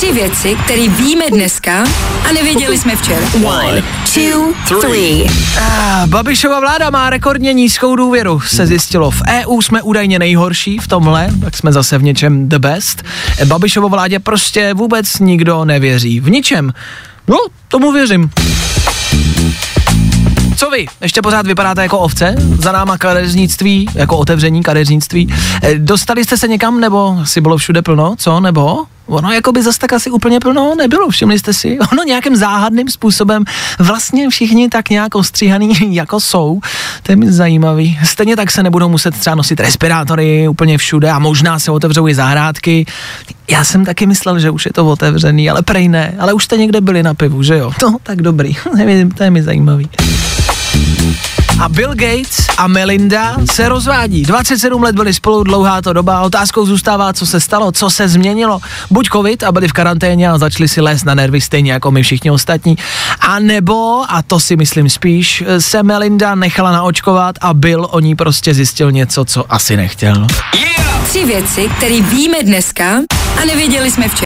Tři věci, které víme dneska a nevěděli jsme včera. 1, 2, 3. Babišova vláda má rekordně nízkou důvěru, se zjistilo. V EU jsme údajně nejhorší v tomhle, tak jsme zase v něčem the best. Babišovo vládě prostě vůbec nikdo nevěří. V ničem. No, tomu věřím. Co vy? Ještě pořád vypadáte jako ovce? Za náma kadeřnictví, jako otevření kadeřnictví. Dostali jste se někam, nebo si bylo všude plno, co, nebo? Ono jako by zase tak asi úplně plno nebylo, všimli jste si? Ono nějakým záhadným způsobem vlastně všichni tak nějak ostříhaný jako jsou. To je mi zajímavý. Stejně tak se nebudou muset třeba nosit respirátory úplně všude a možná se otevřou i zahrádky. Já jsem taky myslel, že už je to otevřený, ale prej ne. Ale už jste někde byli na pivu, že jo? No, tak dobrý. To je mi zajímavý. A Bill Gates a Melinda se rozvádí. 27 let byli spolu, dlouhá to doba. Otázkou zůstává, co se stalo, co se změnilo. Buď covid a byli v karanténě a začali si lézt na nervy stejně jako my všichni ostatní. A nebo, a to si myslím spíš, se Melinda nechala naočkovat a Bill o ní prostě zjistil něco, co asi nechtěl. Tři věci, které víme dneska a nevěděli jsme včera.